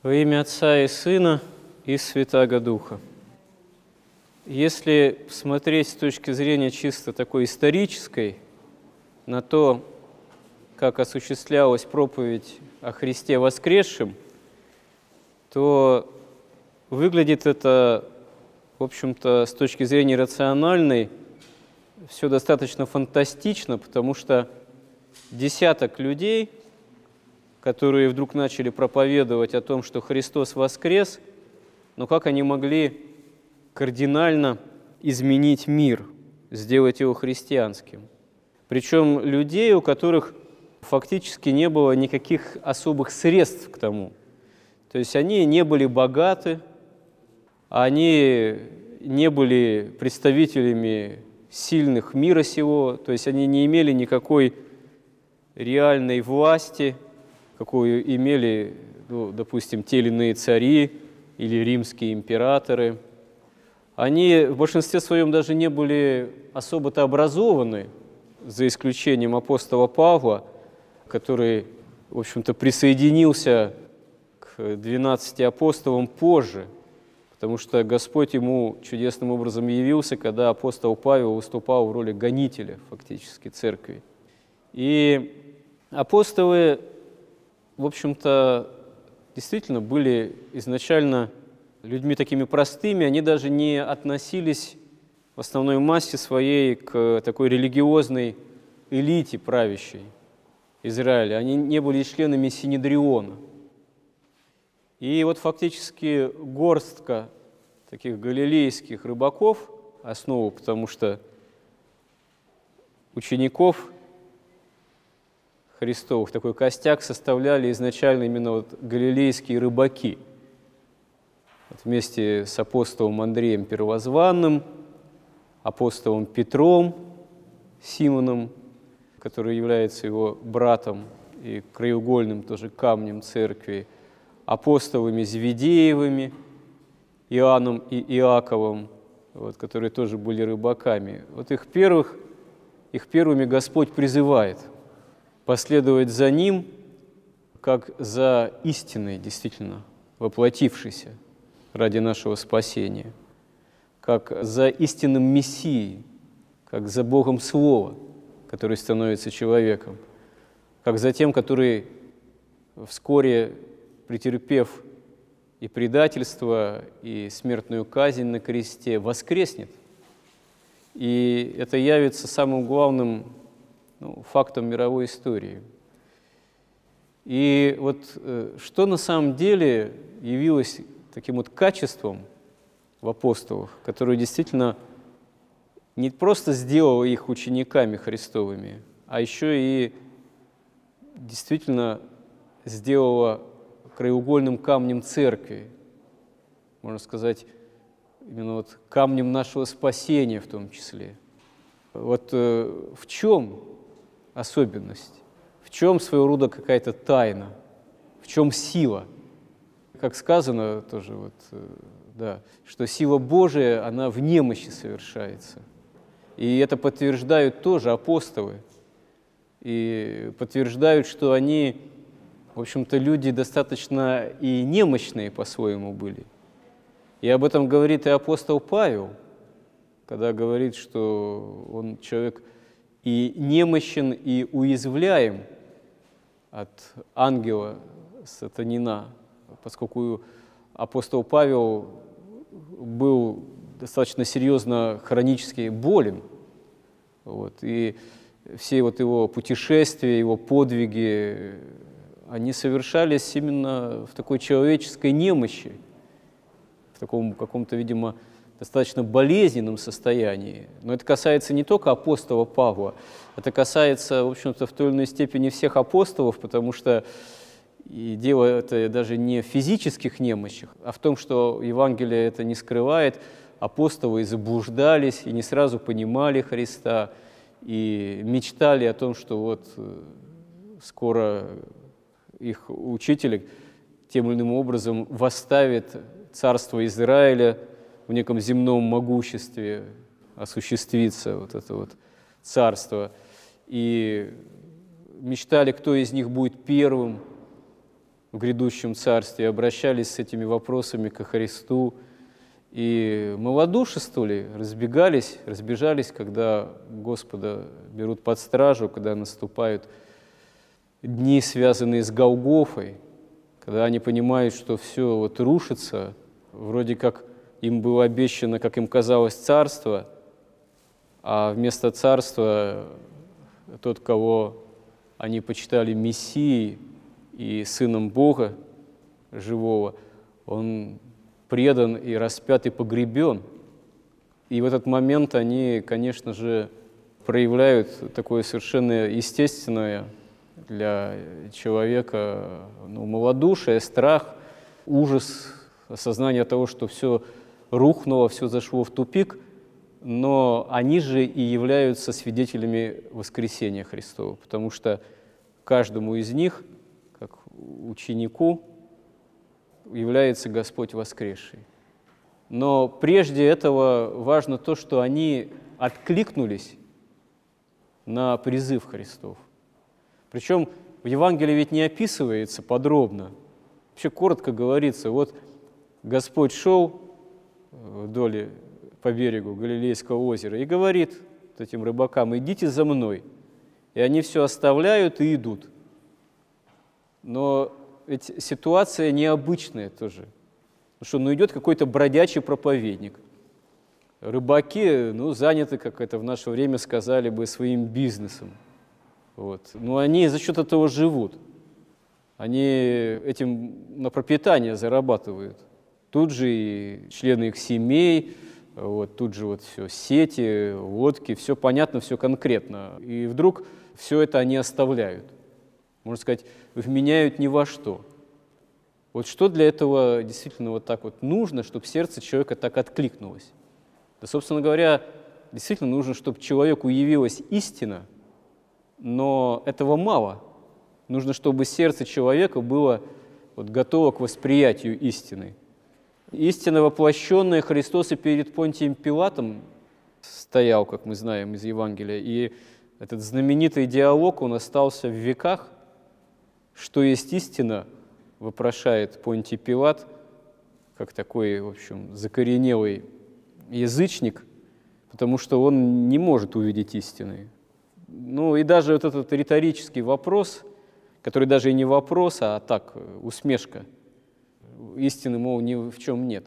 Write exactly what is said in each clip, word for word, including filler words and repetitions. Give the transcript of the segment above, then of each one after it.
Во имя Отца и Сына и Святаго Духа. Если смотреть с точки зрения чисто такой исторической на то, как осуществлялась проповедь о Христе воскресшем, то выглядит это, в общем-то, с точки зрения рациональной, все достаточно фантастично, потому что десяток людей, которые вдруг начали проповедовать о том, что Христос воскрес, но как они могли кардинально изменить мир, сделать его христианским? Причем людей, у которых фактически не было никаких особых средств к тому. То есть они не были богаты, они не были представителями сильных мира сего, то есть они не имели никакой реальной власти, какую имели, ну, допустим, те или иные цари или римские императоры. Они в большинстве своем даже не были особо-то образованы, за исключением апостола Павла, который, в общем-то, присоединился к двенадцати апостолам позже, потому что Господь ему чудесным образом явился, когда апостол Павел выступал в роли гонителя, фактически, церкви. И апостолы, в общем-то, действительно были изначально людьми такими простыми, они даже не относились в основной массе своей к такой религиозной элите правящей Израиля. Они не были членами Синедриона. И вот фактически горстка таких галилейских рыбаков, основу, потому что учеников Христовых, такой костяк составляли изначально именно вот галилейские рыбаки. Вот вместе с апостолом Андреем Первозванным, апостолом Петром, Симоном, который является его братом и краеугольным тоже камнем церкви, апостолами Зеведеевыми, Иоанном и Иаковом, вот, которые тоже были рыбаками. Вот их первых, их первыми Господь призывает последовать за Ним, как за истиной, действительно, воплотившейся ради нашего спасения, как за истинным Мессией, как за Богом Слова, который становится человеком, как за тем, который, вскоре претерпев и предательство, и смертную казнь на кресте, воскреснет. И это явится самым главным, ну, фактом мировой истории. И вот э, что на самом деле явилось таким вот качеством в апостолах, которое действительно не просто сделало их учениками Христовыми, а еще и действительно сделало краеугольным камнем церкви, можно сказать, именно вот камнем нашего спасения в том числе. Вот э, в чем особенность? В чем своего рода какая-то тайна? В чем сила? Как сказано тоже, вот, э, да, что сила Божия, она в немощи совершается. И это подтверждают тоже апостолы. И подтверждают, что они, в общем-то, люди достаточно и немощные по-своему были. И об этом говорит и апостол Павел, когда говорит, что он человек и немощен, и уязвляем от ангела сатанина, поскольку апостол Павел был достаточно серьезно хронически болен. Вот, и все вот его путешествия, его подвиги, они совершались именно в такой человеческой немощи, в таком каком-то, видимо, достаточно болезненном состоянии. Но это касается не только апостола Павла, это касается, в общем-то, в той или иной степени всех апостолов, потому что и дело это даже не в физических немощах, а в том, что Евангелие это не скрывает. Апостолы и заблуждались, и не сразу понимали Христа, и мечтали о том, что вот скоро их учитель тем или иным образом восставит царство Израиля в неком земном могуществе, осуществится вот это вот царство. И мечтали, кто из них будет первым. в грядущем царстве, обращались с этими вопросами ко Христу и малодушествовали, разбегались, разбежались, когда Господа берут под стражу, когда наступают дни, связанные с Голгофой, когда они понимают, что все вот рушится, вроде как им было обещано, как им казалось, царство, а вместо царства тот, кого они почитали Мессией и Сыном Бога живого, он предан и распят и погребен. И в этот момент они, конечно же, проявляют такое совершенно естественное для человека ну, малодушие, страх, ужас, осознание того, что все рухнуло, все зашло в тупик, но они же и являются свидетелями воскресения Христова, потому что каждому из них, как ученику, является Господь воскресший. Но прежде этого важно то, что они откликнулись на призыв Христов. Причем в Евангелии ведь не описывается подробно. Вообще коротко говорится, вот Господь шел вдоль по берегу Галилейского озера и говорит вот этим рыбакам: идите за мной. И они все оставляют и идут. Но ведь ситуация необычная тоже. Потому что ну, идет какой-то бродячий проповедник. Рыбаки ну, заняты, как это в наше время сказали бы, своим бизнесом. Вот. Но они за счет этого живут. Они этим на пропитание зарабатывают. Тут же и члены их семей, вот, тут же вот все, сети, лодки, все понятно, все конкретно. И вдруг все это они оставляют. Можно сказать, вменяют ни во что. Вот что для этого действительно вот так вот нужно, чтобы сердце человека так откликнулось? Да, собственно говоря, действительно нужно, чтобы человеку явилась истина, но этого мало. Нужно, чтобы сердце человека было вот готово к восприятию истины. Истина воплощенная, Христос и перед Понтием Пилатом стоял, как мы знаем из Евангелия, и этот знаменитый диалог, он остался в веках. Что есть истина, вопрошает Понтий Пилат, как такой, в общем, закоренелый язычник, потому что он не может увидеть истины. Ну и даже вот этот риторический вопрос, который даже и не вопрос, а так, усмешка, истины, мол, ни в чем нет.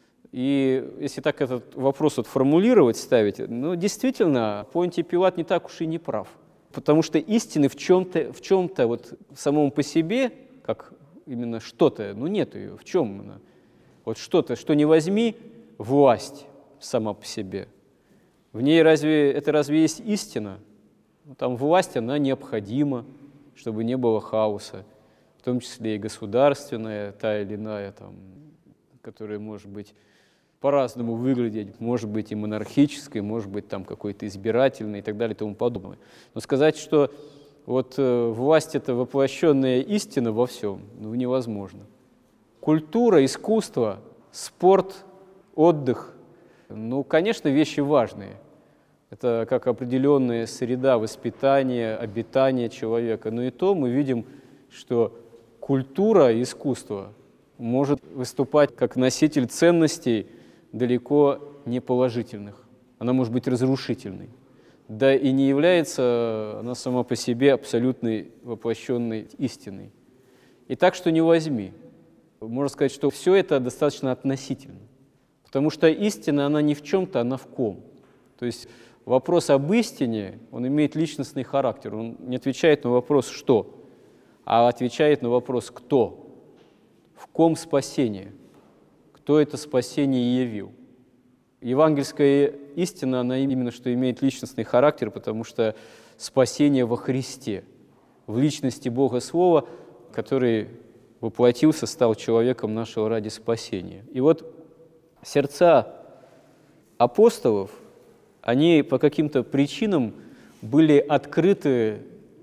И если так этот вопрос вот формулировать, ставить, ну, действительно, Понтий Пилат не так уж и не прав. Потому что истины в чем-то, в чем-то вот самом по себе, как именно что-то, ну, нет ее. В чем она? Вот что-то, что не возьми, власть сама по себе. В ней разве, это разве есть истина? Там власть, она необходима, чтобы не было хаоса, в том числе и государственная, та или иная, там, которая может быть по-разному выглядеть, может быть и монархической, может быть там какой-то избирательной и так далее и тому подобное. Но сказать, что вот э, власть – это воплощенная истина во всем, ну, невозможно. Культура, искусство, спорт, отдых – ну, конечно, вещи важные. Это как определенная среда воспитания, обитания человека. Но и то мы видим, что культура и искусство может выступать как носитель ценностей далеко не положительных. Она может быть разрушительной. Да и не является она сама по себе абсолютной воплощенной истиной. И так, что не возьми. Можно сказать, что все это достаточно относительно. Потому что истина, она не в чем-то, она в ком. То есть вопрос об истине, он имеет личностный характер. Он не отвечает на вопрос «что?», а отвечает на вопрос «кто?». В ком спасение? Кто это спасение явил? Евангельская истина, она именно что имеет личностный характер, потому что спасение во Христе, в личности Бога Слова, который воплотился, стал человеком нашего ради спасения. И вот сердца апостолов, они по каким-то причинам были открыты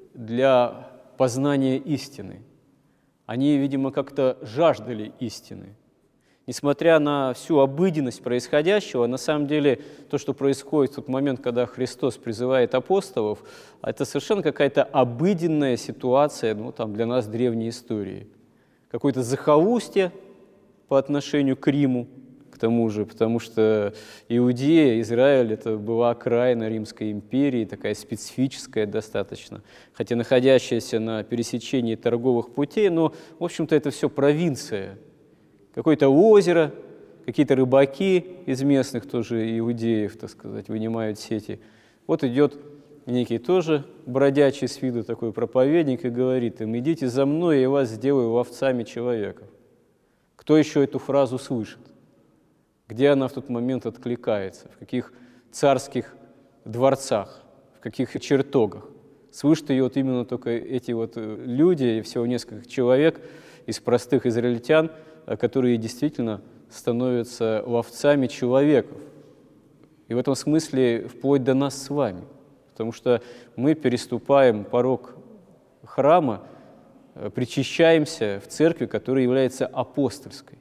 для познания истины. Они, видимо, как-то жаждали истины. Несмотря на всю обыденность происходящего, на самом деле то, что происходит в тот момент, когда Христос призывает апостолов, это совершенно какая-то обыденная ситуация, ну, там, для нас древней истории. какое-то захолустье по отношению к Риму, к тому же, потому что Иудея, Израиль — это была окраина Римской империи, такая специфическая достаточно, хотя находящаяся на пересечении торговых путей, но, в общем-то, это все провинция. Какое-то озеро, какие-то рыбаки из местных тоже иудеев, так сказать, вынимают сети. Вот идет некий тоже бродячий с виду такой проповедник и говорит им: «Идите за мной, и я вас сделаю ловцами человеков». Кто еще эту фразу слышит? Где она в тот момент откликается? В каких царских дворцах? В каких чертогах? Слышат ее вот именно только эти вот люди, и всего несколько человек из простых израильтян, которые действительно становятся ловцами человеков. И в этом смысле вплоть до нас с вами. Потому что мы переступаем порог храма, причащаемся в церкви, которая является апостольской.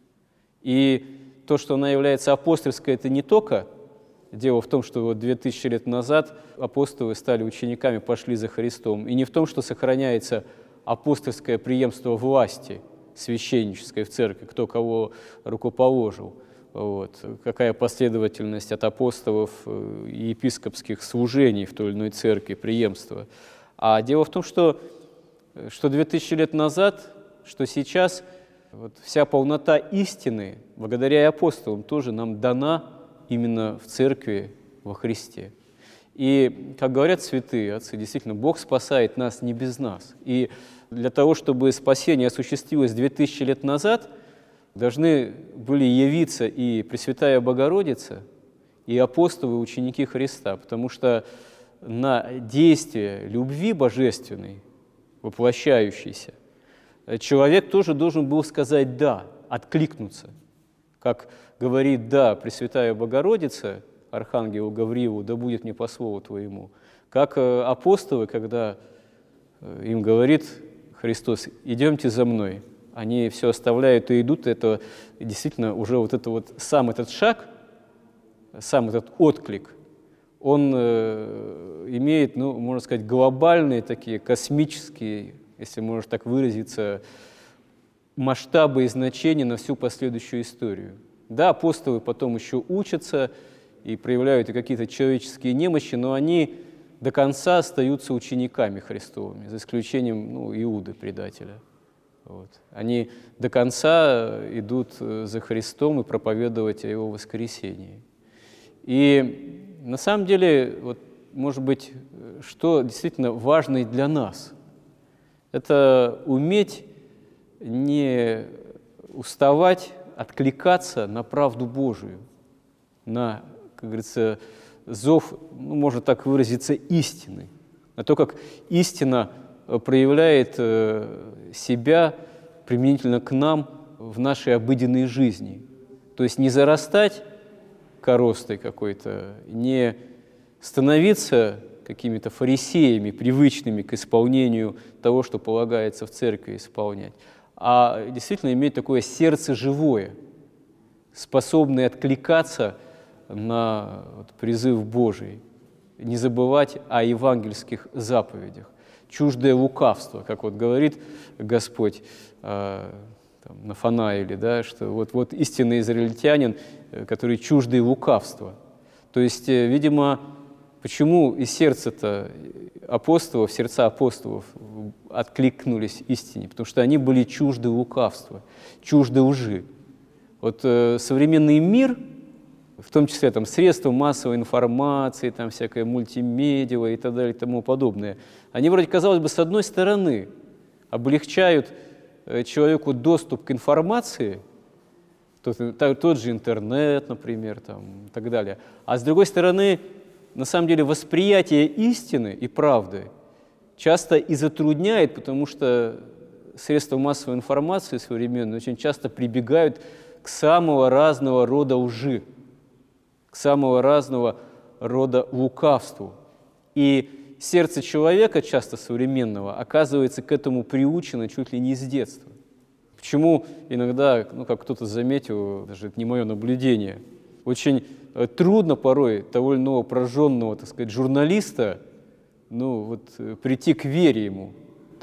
И то, что она является апостольской, это не только дело в том, что вот две тысячи лет назад апостолы стали учениками, пошли за Христом, и не в том, что сохраняется апостольское преемство власти священнической в церкви, кто кого рукоположил, вот, какая последовательность от апостолов и епископских служений в той или иной церкви, преемства. А дело в том, что, что две тысячи лет назад, что сейчас вот вся полнота истины, благодаря и апостолам, тоже нам дана именно в церкви во Христе. И, как говорят святые отцы, действительно, Бог спасает нас не без нас. И для того, чтобы спасение осуществилось две тысячи лет назад, должны были явиться и Пресвятая Богородица, и апостолы, и ученики Христа, потому что на действие любви божественной, воплощающейся, человек тоже должен был сказать «да», откликнуться. Как говорит «да» Пресвятая Богородица архангелу Гавриилу: «Да будет мне по слову твоему». Как апостолы, когда им говорит Христос: «Идемте за мной», они все оставляют и идут. Это действительно уже вот это вот сам этот шаг, сам этот отклик, он э, имеет, ну, можно сказать, глобальные такие космические, если можно так выразиться, масштабы и значения на всю последующую историю. Да, апостолы потом еще учатся и проявляют и какие-то человеческие немощи, но они до конца остаются учениками Христовыми, за исключением, ну, Иуды, предателя. Вот. Они до конца идут за Христом и проповедовать о Его воскресении. И на самом деле, вот, может быть, что действительно важно и для нас, это уметь не уставать откликаться на правду Божию, на, как говорится, зов, ну, можно так выразиться, истины, на то, как истина проявляет себя применительно к нам в нашей обыденной жизни. То есть не зарастать коростой какой-то, не становиться какими-то фарисеями, привычными к исполнению того, что полагается в церкви исполнять, а действительно иметь такое сердце живое, способное откликаться на вот призыв Божий, не забывать о евангельских заповедях, чуждое лукавство, как вот говорит Господь э, там, Нафанаиле, да, что вот, вот истинный израильтянин, который чуждый лукавства. То есть, э, видимо, почему и сердце-то апостолов, сердца апостолов откликнулись истине? Потому что они были чужды лукавства, чужды лжи. Вот э, современный мир, в том числе там, средства массовой информации, там, всякое мультимедиа и так далее и тому подобное, они вроде, казалось бы, с одной стороны облегчают э, человеку доступ к информации, тот, тот же интернет, например, там, и так далее, а с другой стороны, на самом деле, восприятие истины и правды часто и затрудняет, потому что средства массовой информации современные очень часто прибегают к самого разного рода лжи, к самого разного рода лукавству. И сердце человека, часто современного, оказывается к этому приучено чуть ли не с детства. Почему иногда, ну, как кто-то заметил, даже это не мое наблюдение, очень трудно порой того или иного прожженного, так сказать, журналиста, ну, вот, прийти к вере ему,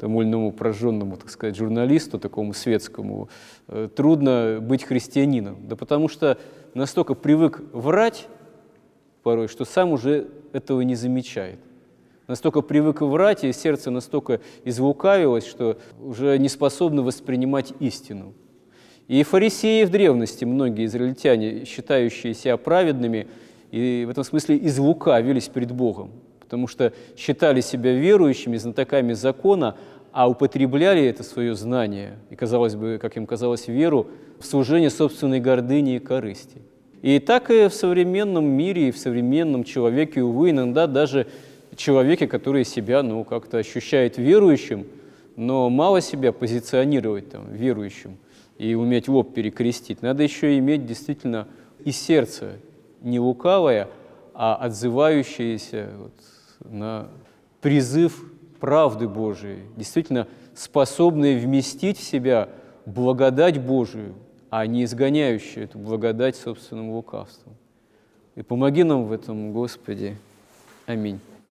тому или иному прожженному, так сказать, журналисту, такому светскому, трудно быть христианином. Да потому что настолько привык врать порой, что сам уже этого не замечает. Настолько привык врать, и сердце настолько излукавилось, что уже не способно воспринимать истину. И фарисеи в древности, многие израильтяне, считающие себя праведными, и в этом смысле излукавились перед Богом, потому что считали себя верующими, знатоками закона, а употребляли это свое знание, и, казалось бы, как им казалось, веру, в служение собственной гордыни и корысти. И так и в современном мире, и в современном человеке, увы, иногда даже человеке, который себя, ну, как-то ощущает верующим, но мало себя позиционировать там верующим и уметь лоб перекрестить. Надо еще иметь действительно и сердце не лукавое, а отзывающееся вот на призыв правды Божией, действительно способное вместить в себя благодать Божию, а не изгоняющую эту благодать собственным лукавством. И помоги нам в этом, Господи. Аминь.